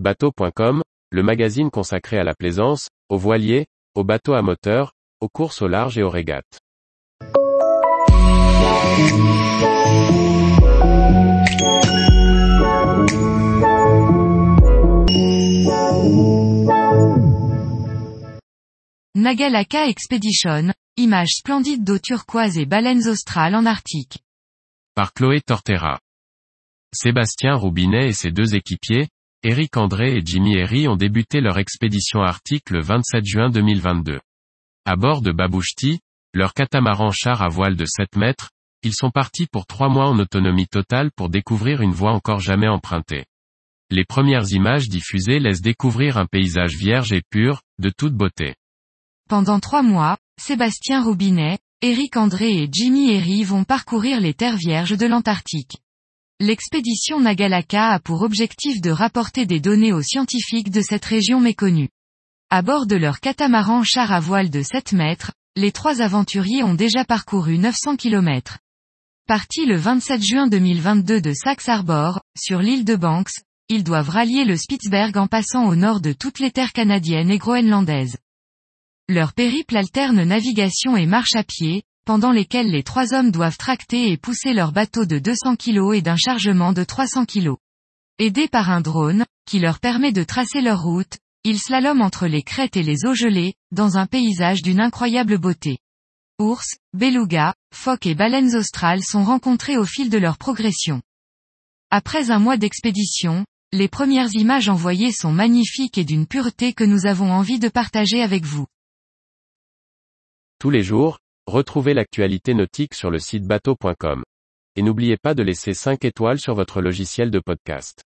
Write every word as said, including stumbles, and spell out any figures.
bateau point com, le magazine consacré à la plaisance, aux voiliers, aux bateaux à moteur, aux courses au large et aux régates. Nagalaka Expedition, images splendides d'eau turquoise et baleines australes en Arctique. Par Chloé Tortera. Sébastien Roubinet et ses deux équipiers, Eric André et Jimmy Herry ont débuté leur expédition arctique le vingt-sept juin deux mille vingt-deux. À bord de Babouchti, leur catamaran char à voile de sept mètres, ils sont partis pour trois mois en autonomie totale pour découvrir une voie encore jamais empruntée. Les premières images diffusées laissent découvrir un paysage vierge et pur, de toute beauté. Pendant trois mois, Sébastien Roubinet, Eric André et Jimmy Herry vont parcourir les terres vierges de l'Antarctique. L'expédition Nagalaka a pour objectif de rapporter des données aux scientifiques de cette région méconnue. À bord de leur catamaran char à voile de sept mètres, les trois aventuriers ont déjà parcouru neuf cents kilomètres. Partis le vingt-sept juin deux mille vingt-deux de Saxe Harbor, sur l'île de Banks, ils doivent rallier le Spitzberg en passant au nord de toutes les terres canadiennes et groenlandaises. Leur périple alterne navigation et marche à pied, pendant lesquels les trois hommes doivent tracter et pousser leur bateau de deux cents kilos et d'un chargement de trois cents kilos. Aidés par un drone, qui leur permet de tracer leur route, ils slaloment entre les crêtes et les eaux gelées, dans un paysage d'une incroyable beauté. Ours, belugas, phoques et baleines australes sont rencontrés au fil de leur progression. Après un mois d'expédition, les premières images envoyées sont magnifiques et d'une pureté que nous avons envie de partager avec vous. Tous les jours, retrouvez l'actualité nautique sur le site bateau point com. Et n'oubliez pas de laisser cinq étoiles sur votre logiciel de podcast.